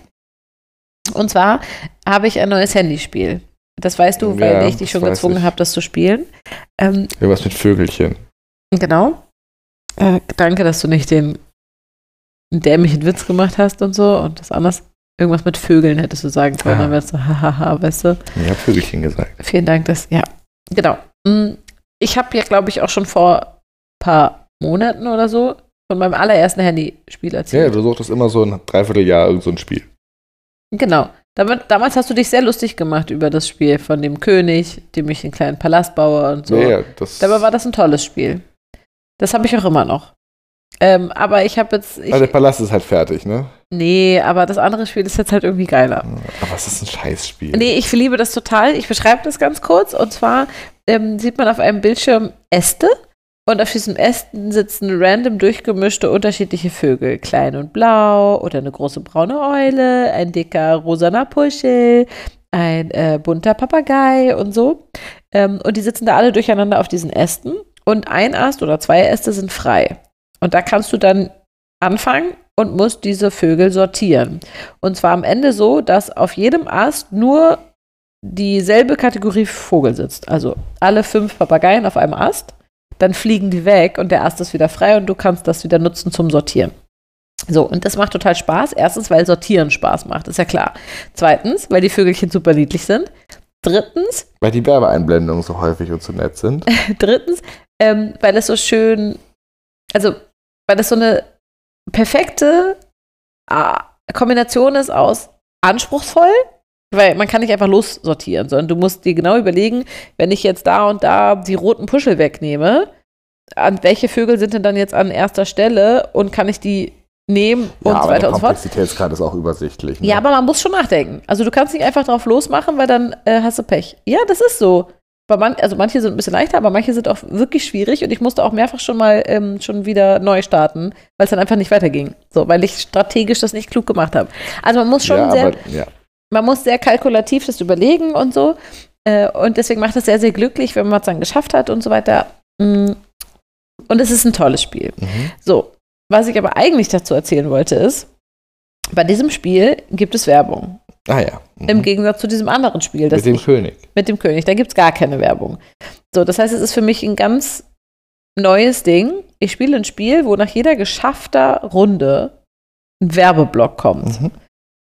Und zwar habe ich ein neues Handyspiel. Das weißt du, weil ich dich schon gezwungen habe, das zu spielen. Ja, was mit Vögelchen. Genau. Danke, dass du nicht den dämlichen Witz gemacht hast und so und das anders. Irgendwas mit Vögeln hättest du sagen können, dann wärst du hahaha, weißt du. Ich habe Vögelchen gesagt. Vielen Dank, genau. Ich habe ja, glaube ich, auch schon vor ein paar Monaten oder so von meinem allerersten Handyspiel erzählt. Ja, du suchtest immer so ein Dreivierteljahr irgend so ein Spiel. Genau. Damals hast du dich sehr lustig gemacht über das Spiel von dem König, dem ich einen kleinen Palast baue und so. Ja, dabei war das ein tolles Spiel. Das habe ich auch immer noch. Aber ich habe jetzt... der Palast ist halt fertig, ne? Nee, aber das andere Spiel ist jetzt halt irgendwie geiler. Aber es ist ein Scheißspiel. Nee, ich liebe das total. Ich beschreibe das ganz kurz. Und zwar sieht man auf einem Bildschirm Äste. Und auf diesen Ästen sitzen random durchgemischte unterschiedliche Vögel. Klein und blau oder eine große braune Eule, ein dicker rosaner Puschel, ein bunter Papagei und so. Und die sitzen da alle durcheinander auf diesen Ästen. Und ein Ast oder zwei Äste sind frei. Und da kannst du dann anfangen und musst diese Vögel sortieren. Und zwar am Ende so, dass auf jedem Ast nur dieselbe Kategorie Vogel sitzt. Also alle 5 Papageien auf einem Ast. Dann fliegen die weg und der Ast ist wieder frei und du kannst das wieder nutzen zum Sortieren. So, und das macht total Spaß. Erstens, weil Sortieren Spaß macht, ist ja klar. Zweitens, weil die Vögelchen super niedlich sind. Drittens, weil die Werbeeinblendungen so häufig und so nett sind. Drittens, weil es so schön, also weil es so eine perfekte Kombination ist aus anspruchsvoll, weil man kann nicht einfach lossortieren, sondern du musst dir genau überlegen, wenn ich jetzt da und da die roten Puschel wegnehme, an welche Vögel sind denn dann jetzt an erster Stelle und kann ich die nehmen und so weiter und so fort. Der Komplexitätsgrad ist auch übersichtlich. Ne? Ja, aber man muss schon nachdenken. Also du kannst nicht einfach drauf losmachen, weil dann hast du Pech. Ja, das ist so. Also manche sind ein bisschen leichter, aber manche sind auch wirklich schwierig und ich musste auch mehrfach schon mal schon wieder neu starten, weil es dann einfach nicht weiterging. So, weil ich strategisch das nicht klug gemacht habe. Also man muss schon man muss sehr kalkulativ das überlegen und so. Und deswegen macht es sehr, sehr glücklich, wenn man es dann geschafft hat und so weiter. Und es ist ein tolles Spiel. Mhm. So, was ich aber eigentlich dazu erzählen wollte ist, bei diesem Spiel gibt es Werbung. Ah ja. Mhm. Im Gegensatz zu diesem anderen Spiel. Mit dem König. Mit dem König, da gibt es gar keine Werbung. So, das heißt, es ist für mich ein ganz neues Ding. Ich spiele ein Spiel, wo nach jeder geschaffter Runde ein Werbeblock kommt. Mhm.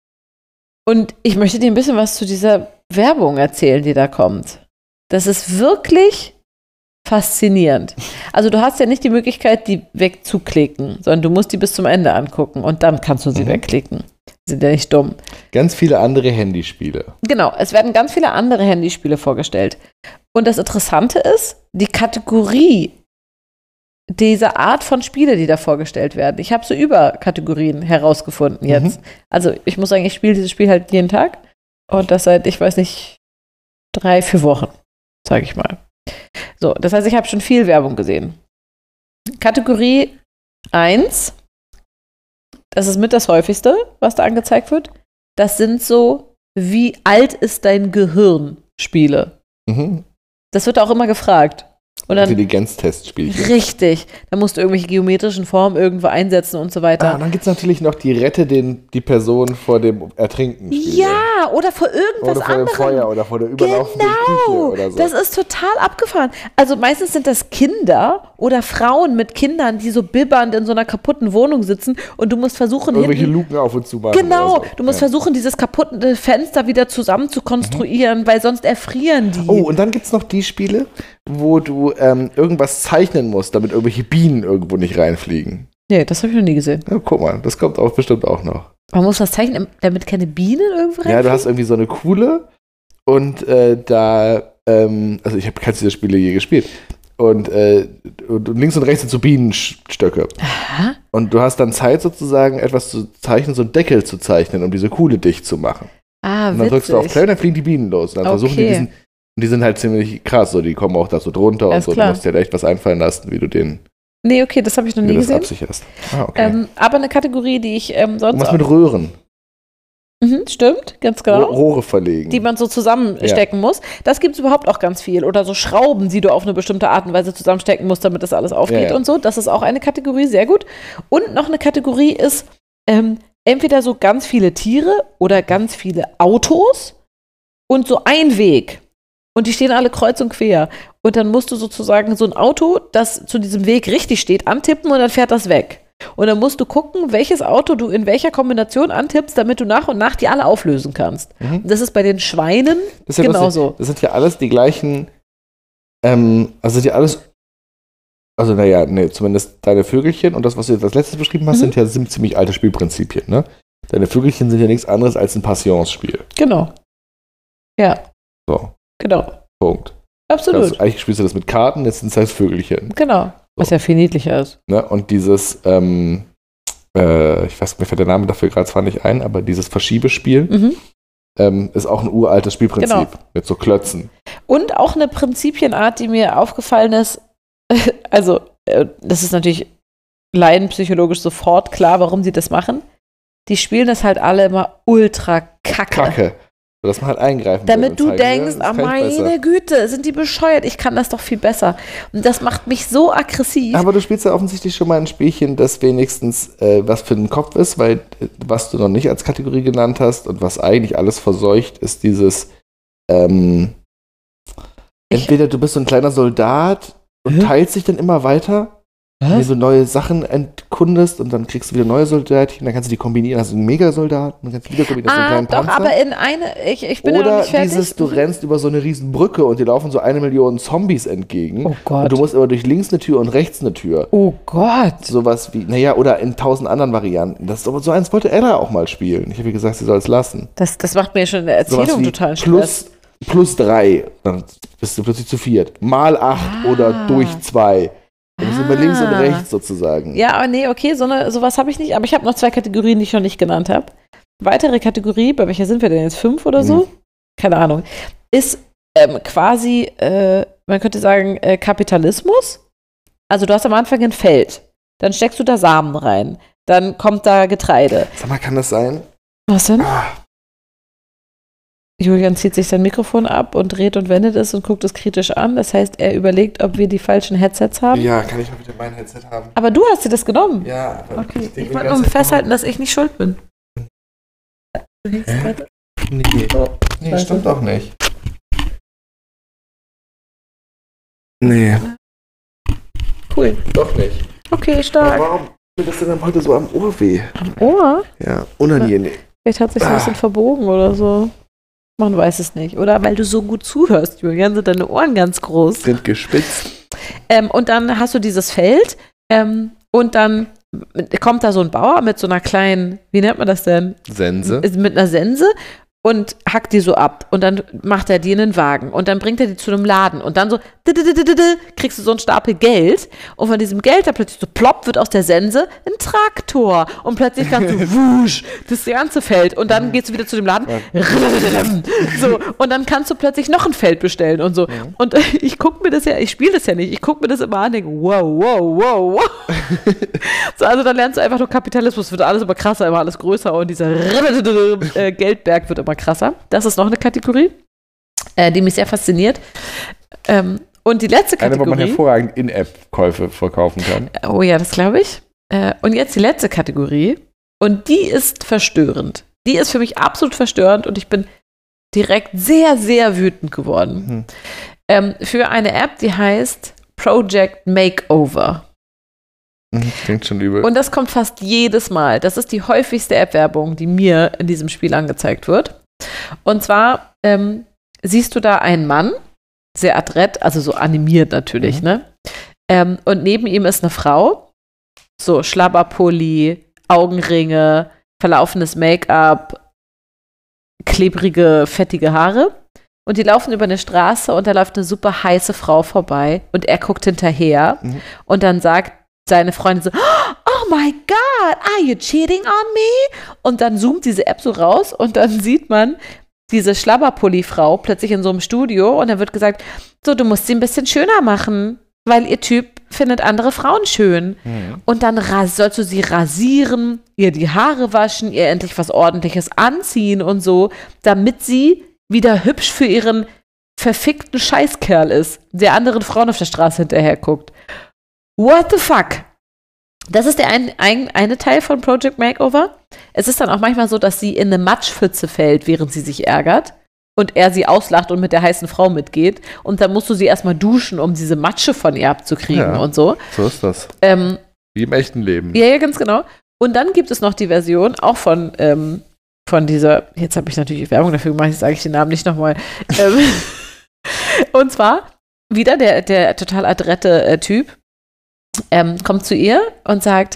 Und ich möchte dir ein bisschen was zu dieser Werbung erzählen, die da kommt. Das ist wirklich faszinierend. Also du hast ja nicht die Möglichkeit, die wegzuklicken, sondern du musst die bis zum Ende angucken und dann kannst du sie wegklicken. Die sind ja nicht dumm. Ganz viele andere Handyspiele. Genau, es werden ganz viele andere Handyspiele vorgestellt. Und das Interessante ist, die Kategorie diese Art von Spiele, die da vorgestellt werden. Ich habe so Überkategorien herausgefunden jetzt. Also ich muss sagen, ich spiele dieses Spiel halt jeden Tag und das seit, ich weiß nicht, 3-4 Wochen, sage ich mal. So, das heißt, ich habe schon viel Werbung gesehen. Kategorie 1, das ist mit das häufigste, was da angezeigt wird. Das sind so, wie alt ist dein Gehirn Spiele. Das wird auch immer gefragt. Und dann, Intelligenztestspielchen. Richtig. Da musst du irgendwelche geometrischen Formen irgendwo einsetzen und so weiter. Und dann gibt es natürlich noch die die Person vor dem Ertrinken. Ja, oder vor irgendwas oder vor anderem. Dem Feuer oder vor der überlaufenden Küche oder so. Das ist total abgefahren. Also meistens sind das Kinder oder Frauen mit Kindern, die so bibbernd in so einer kaputten Wohnung sitzen und du musst versuchen, irgendwelche Luken auf und zu machen. Genau, oder so. du musst versuchen, dieses kaputte Fenster wieder zusammen zu konstruieren, weil sonst erfrieren die. Oh, und dann gibt es noch die Spiele, wo du irgendwas zeichnen musst, damit irgendwelche Bienen irgendwo nicht reinfliegen. Nee, das habe ich noch nie gesehen. Ja, guck mal, das kommt auch bestimmt auch noch. Man muss was zeichnen, damit keine Bienen irgendwo reinfliegen? Ja, du hast irgendwie so eine Kuhle und also ich habe keins dieser Spiele je gespielt. Und links und rechts sind so Bienenstöcke. Aha. Und du hast dann Zeit sozusagen, etwas zu zeichnen, so einen Deckel zu zeichnen, um diese Kuhle dicht zu machen. Ah, und dann drückst du auf Play und dann fliegen die Bienen los. Und dann versuchen die diesen. Und die sind halt ziemlich krass, so die kommen auch da so drunter und so. Klar. Du musst dir halt echt was einfallen lassen, wie du den. Nee, okay, das habe ich noch nie gesehen. Absicherst. Ah, okay. Aber eine Kategorie, die ich sonst. Und was mit Röhren? Stimmt, ganz genau. Rohre verlegen. Die man so zusammenstecken muss. Das gibt es überhaupt auch ganz viel. Oder so Schrauben, die du auf eine bestimmte Art und Weise zusammenstecken musst, damit das alles aufgeht und so. Das ist auch eine Kategorie, sehr gut. Und noch eine Kategorie ist entweder so ganz viele Tiere oder ganz viele Autos und so ein Weg. Und die stehen alle kreuz und quer. Und dann musst du sozusagen so ein Auto, das zu diesem Weg richtig steht, antippen und dann fährt das weg. Und dann musst du gucken, welches Auto du in welcher Kombination antippst, damit du nach und nach die alle auflösen kannst. Das ist bei den Schweinen genauso. Das sind ja alles die gleichen, sind ja alles, zumindest deine Vögelchen und das, was du jetzt als letztes beschrieben hast, sind ziemlich alte Spielprinzipien, ne? Deine Vögelchen sind ja nichts anderes als ein Passionsspiel. Genau. Ja. So. Genau. Punkt. Absolut. Eigentlich spielst du das mit Karten, jetzt sind es halt Vögelchen. Genau. Was ja viel niedlicher ist. Ne? Und dieses, ich weiß, mir fällt der Name dafür gerade zwar nicht ein, aber dieses Verschiebespiel ist auch ein uraltes Spielprinzip mit so Klötzen. Und auch eine Prinzipienart, die mir aufgefallen ist, also das ist natürlich laienpsychologisch sofort klar, warum sie das machen. Die spielen das halt alle immer ultra kacke. Dass man halt eingreifen damit du denkst, meine Güte, sind die bescheuert, ich kann das doch viel besser. Und das macht mich so aggressiv. Aber du spielst ja offensichtlich schon mal ein Spielchen, das wenigstens was für den Kopf ist, weil was du noch nicht als Kategorie genannt hast und was eigentlich alles verseucht, ist dieses entweder du bist so ein kleiner Soldat und teilst dich dann immer weiter, wenn du so neue Sachen entkundest und dann kriegst du wieder neue Soldatchen, dann kannst du die kombinieren, hast du einen Megasoldaten, dann kannst du wieder kombinieren, hast du einen kleinen Panzer. Aber in ich bin ja noch nicht fertig. Oder du rennst über so eine riesen Brücke und dir laufen so 1 Million Zombies entgegen. Oh Gott. Und du musst immer durch links eine Tür und rechts eine Tür. Oh Gott. Sowas wie, oder in 1000 anderen Varianten. So eins wollte Ella auch mal spielen. Ich habe ihr gesagt, sie soll es lassen. Das macht mir schon in der Erzählung total Stress. Plus 3, dann bist du plötzlich zu 4. Mal 8 oder durch 2. Du bist immer links und rechts sozusagen. Ja, aber nee, okay, sowas habe ich nicht. Aber ich habe noch 2 Kategorien, die ich noch nicht genannt habe. Weitere Kategorie, bei welcher sind wir denn jetzt? 5 oder so? Keine Ahnung. Ist quasi, man könnte sagen, Kapitalismus. Also du hast am Anfang ein Feld. Dann steckst du da Samen rein. Dann kommt da Getreide. Sag mal, kann das sein? Was denn? Julian zieht sich sein Mikrofon ab und dreht und wendet es und guckt es kritisch an. Das heißt, er überlegt, ob wir die falschen Headsets haben. Ja, kann ich mal bitte mein Headset haben? Aber du hast dir das genommen. Ja. Aber okay. Ich wollte nur festhalten, dass ich nicht schuld bin. Nee, stimmt auch nicht. Nee. Cool. Doch nicht. Okay, stark. Aber warum tut das denn dann heute so am Ohr weh? Am Ohr? Ja, unangenehm. Vielleicht hat sich so ein bisschen verbogen oder so. Man weiß es nicht. Oder weil du so gut zuhörst, Julian, sind deine Ohren ganz groß. Sind gespitzt. Und dann hast du dieses Feld und dann kommt da so ein Bauer mit so einer kleinen, wie nennt man das denn? Sense. Mit einer Sense und hackt die so ab. Und dann macht er die in einen Wagen. Und dann bringt er die zu einem Laden. Und dann so, kriegst du so einen Stapel Geld und von diesem Geld, da plötzlich so plopp, wird aus der Sense ein Traktor und plötzlich kannst du wusch, das ganze Feld und dann gehst du wieder zu dem Laden so, und dann kannst du plötzlich noch ein Feld bestellen und so. Und ich spiele das ja nicht, ich gucke mir das immer an und denke, wow. So, also dann lernst du einfach nur Kapitalismus, wird alles immer krasser, immer alles größer und dieser Geldberg wird immer krasser. Das ist noch eine Kategorie, die mich sehr fasziniert. Und die letzte Kategorie. Eine, wo man hervorragend In-App-Käufe verkaufen kann. Oh ja, das glaube ich. Und jetzt die letzte Kategorie. Und die ist verstörend. Die ist für mich absolut verstörend und ich bin direkt sehr, sehr wütend geworden. Für eine App, die heißt Project Makeover. Klingt schon übel. Und das kommt fast jedes Mal. Das ist die häufigste App-Werbung, die mir in diesem Spiel angezeigt wird. Und zwar siehst du da einen Mann, sehr adrett, also so animiert natürlich, ne? Und neben ihm ist eine Frau, so Schlabberpulli, Augenringe, verlaufenes Make-up, klebrige, fettige Haare. Und die laufen über eine Straße und da läuft eine super heiße Frau vorbei und er guckt hinterher und dann sagt seine Freundin so, oh my God, are you cheating on me? Und dann zoomt diese App so raus und dann sieht man diese Schlabberpulli-Frau plötzlich in so einem Studio und dann wird gesagt, so, du musst sie ein bisschen schöner machen, weil ihr Typ findet andere Frauen schön. Und dann sollst du sie rasieren, ihr die Haare waschen, ihr endlich was Ordentliches anziehen und so, damit sie wieder hübsch für ihren verfickten Scheißkerl ist, der anderen Frauen auf der Straße hinterher guckt. What the fuck? Das ist der eine Teil von Project Makeover. Es ist dann auch manchmal so, dass sie in eine Matschpfütze fällt, während sie sich ärgert und er sie auslacht und mit der heißen Frau mitgeht. Und dann musst du sie erstmal duschen, um diese Matsche von ihr abzukriegen und so. So ist das. Wie im echten Leben. Ja, ganz genau. Und dann gibt es noch die Version, auch von dieser, jetzt habe ich natürlich Werbung dafür gemacht, jetzt sage ich den Namen nicht nochmal. Und zwar wieder der total adrette Typ, kommt zu ihr und sagt,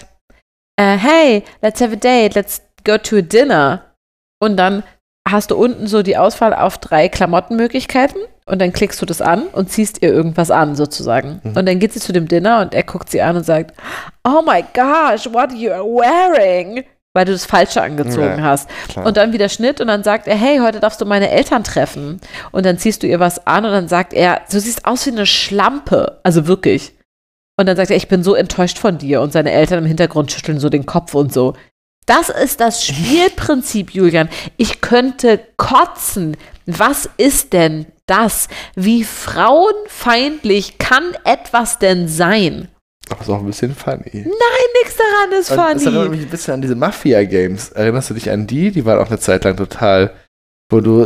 hey, let's have a date, let's go to a dinner. Und dann hast du unten so die Auswahl auf 3 Klamottenmöglichkeiten und dann klickst du das an und ziehst ihr irgendwas an, sozusagen. Und dann geht sie zu dem Dinner und er guckt sie an und sagt, oh my gosh, what are you wearing? Weil du das Falsche angezogen hast. Klar. Und dann wieder Schnitt und dann sagt er, hey, heute darfst du meine Eltern treffen. Und dann ziehst du ihr was an und dann sagt er, du siehst aus wie eine Schlampe. Also wirklich. Und dann sagt er, ich bin so enttäuscht von dir. Und seine Eltern im Hintergrund schütteln so den Kopf und so. Das ist das Spielprinzip, Julian. Ich könnte kotzen. Was ist denn das? Wie frauenfeindlich kann etwas denn sein? Das ist auch ein bisschen funny. Nein, nichts daran ist funny. Das erinnert mich ein bisschen an diese Mafia-Games. Erinnerst du dich an die? Die waren auch eine Zeit lang total, wo du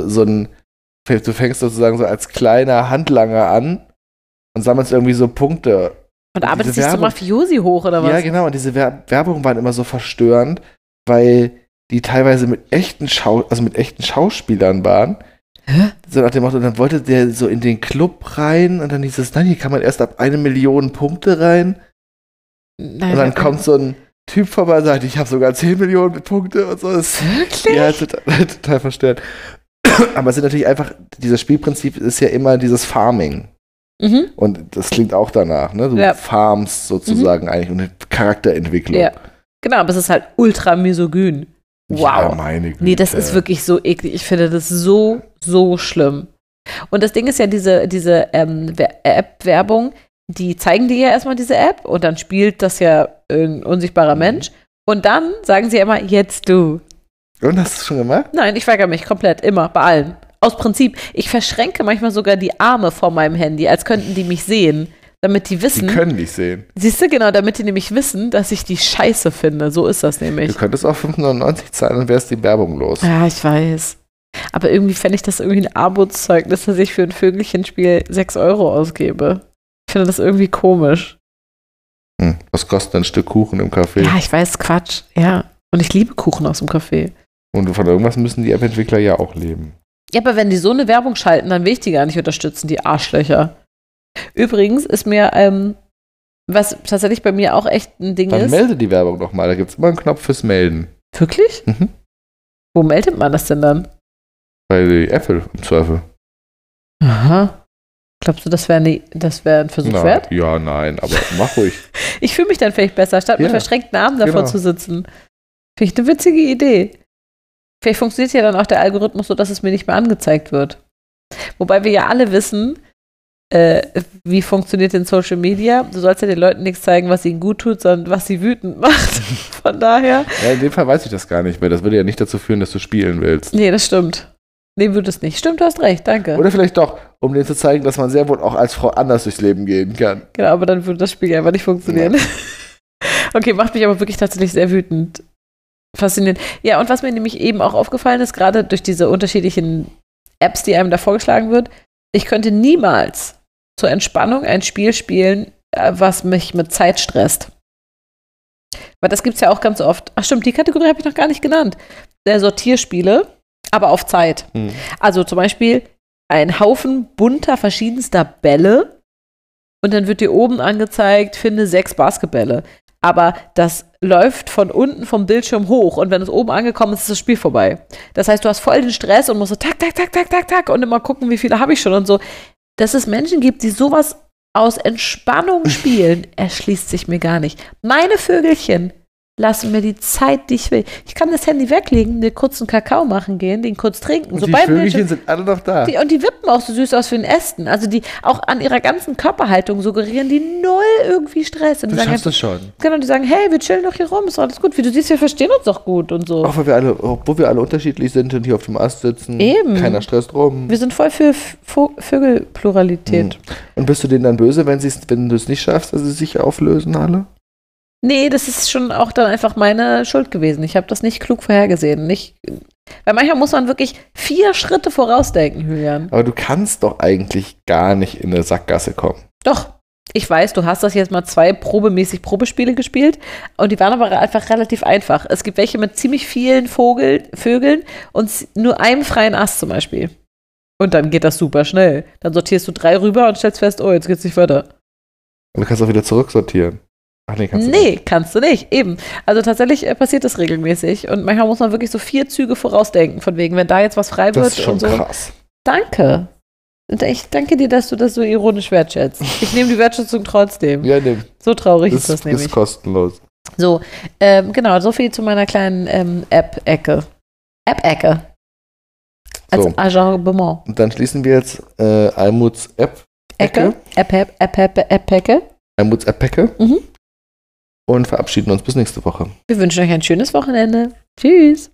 du fängst sozusagen so als kleiner Handlanger an und sammelst irgendwie so Punkte. Und arbeitest dich so Mafiosi hoch, oder was? Ja, genau. Und diese Werbungen waren immer so verstörend, weil die teilweise mit echten Schauspielern waren. Hä? So nach dem Motto, dann wollte der so in den Club rein und dann hieß es, nein, hier kann man erst ab 1 Million Punkte rein. Nein, und dann kommt so ein Typ vorbei und sagt, ich habe sogar 10 Millionen Punkte und so. Wirklich? Ja, total verstörend. Aber es sind natürlich einfach, dieses Spielprinzip ist ja immer dieses Farming. Und das klingt auch danach, ne? Du farmst sozusagen eigentlich und eine Charakterentwicklung. Ja, genau, aber es ist halt ultra misogyn. Wow. Ja, meine Güte. Nee, das ist wirklich so eklig. Ich finde das so, so schlimm. Und das Ding ist ja, diese App-Werbung, die zeigen dir ja erstmal diese App und dann spielt das ja irgendein unsichtbarer Mensch und dann sagen sie ja immer, jetzt du. Und hast du es schon gemacht? Nein, ich weigere mich komplett, immer, bei allen. Aus Prinzip. Ich verschränke manchmal sogar die Arme vor meinem Handy, als könnten die mich sehen, damit die wissen. Die können dich sehen. Siehst du, genau, damit die nämlich wissen, dass ich die scheiße finde. So ist das nämlich. Du könntest auch 5,99 zahlen und wärst die Werbung los. Ja, ich weiß. Aber irgendwie fände ich das irgendwie ein Armutszeugnis, dass ich für ein Vögelchenspiel 6 Euro ausgebe. Ich finde das irgendwie komisch. Was kostet ein Stück Kuchen im Café? Ja, ich weiß, Quatsch. Ja. Und ich liebe Kuchen aus dem Café. Und von irgendwas müssen die App-Entwickler ja auch leben. Ja, aber wenn die so eine Werbung schalten, dann will ich die gar nicht unterstützen, die Arschlöcher. Übrigens ist mir, was tatsächlich bei mir auch echt ein Ding dann ist. Dann melde die Werbung doch mal, da gibt es immer einen Knopf fürs Melden. Wirklich? Wo meldet man das denn dann? Bei Apple im Zweifel. Aha. Glaubst du, das wäre ein Versuch wert? Ja, nein, aber mach ruhig. Ich fühle mich dann vielleicht besser, statt mit verschränkten Armen davor zu sitzen. Finde ich eine witzige Idee. Vielleicht funktioniert ja dann auch der Algorithmus so, dass es mir nicht mehr angezeigt wird. Wobei wir ja alle wissen, wie funktioniert denn Social Media? Du sollst ja den Leuten nichts zeigen, was ihnen gut tut, sondern was sie wütend macht. Von daher. Ja, in dem Fall weiß ich das gar nicht mehr. Das würde ja nicht dazu führen, dass du spielen willst. Nee, das stimmt. Nee, würde es nicht. Stimmt, du hast recht, danke. Oder vielleicht doch, um denen zu zeigen, dass man sehr wohl auch als Frau anders durchs Leben gehen kann. Genau, aber dann würde das Spiel einfach nicht funktionieren. Okay, macht mich aber wirklich tatsächlich sehr wütend. Faszinierend. Ja, und was mir nämlich eben auch aufgefallen ist, gerade durch diese unterschiedlichen Apps, die einem da vorgeschlagen wird, ich könnte niemals zur Entspannung ein Spiel spielen, was mich mit Zeit stresst. Weil das gibt es ja auch ganz oft. Ach stimmt, die Kategorie habe ich noch gar nicht genannt. Sortierspiele, aber auf Zeit. Also zum Beispiel ein Haufen bunter, verschiedenster Bälle und dann wird dir oben angezeigt, finde 6 Basketbälle. Aber das läuft von unten vom Bildschirm hoch und wenn es oben angekommen ist, ist das Spiel vorbei. Das heißt, du hast voll den Stress und musst so tak und immer gucken, wie viele habe ich schon und so. Dass es Menschen gibt, die sowas aus Entspannung spielen, erschließt sich mir gar nicht. Meine Vögelchen lassen mir die Zeit, die ich will. Ich kann das Handy weglegen, mir kurz einen Kakao machen gehen, den kurz trinken. Und so die Vögelchen sind alle noch da. Und die wippen auch so süß aus wie den Ästen. Also die auch an ihrer ganzen Körperhaltung suggerieren die null irgendwie Stress. Und Du schaffst das schon. Genau, die sagen, hey, wir chillen doch hier rum, ist alles gut. Wie du siehst, wir verstehen uns doch gut und so. Auch obwohl wir alle unterschiedlich sind und hier auf dem Ast sitzen. Eben. Keiner stresst rum. Wir sind voll für Vögelpluralität. Und bist du denen dann böse, wenn du es nicht schaffst, dass sie sich auflösen alle? Nee, das ist schon auch dann einfach meine Schuld gewesen. Ich habe das nicht klug vorhergesehen. Weil manchmal muss man wirklich 4 Schritte vorausdenken, Julian. Aber du kannst doch eigentlich gar nicht in eine Sackgasse kommen. Doch. Ich weiß, du hast das jetzt mal 2 Probespiele gespielt und die waren aber einfach relativ einfach. Es gibt welche mit ziemlich vielen Vögeln und nur einem freien Ast zum Beispiel. Und dann geht das super schnell. Dann sortierst du 3 rüber und stellst fest, oh, jetzt geht's nicht weiter. Und du kannst auch wieder zurücksortieren. Ach nee, kannst du nicht, eben. Also tatsächlich passiert das regelmäßig und manchmal muss man wirklich so 4 Züge vorausdenken, von wegen, wenn da jetzt was frei wird. Das ist schon und so. krass. Danke. Und ich danke dir, dass du das so ironisch wertschätzt. Ich nehme die Wertschätzung trotzdem. Ja, nimm. So traurig ist das nämlich. Ist kostenlos. So, genau, so viel zu meiner kleinen App-Ecke. App-Ecke. Als So. Arrangement. Und dann schließen wir jetzt Almuts App-Ecke. App-Ecke. Almuts App-Ecke. Mhm. Und verabschieden uns bis nächste Woche. Wir wünschen euch ein schönes Wochenende. Tschüss.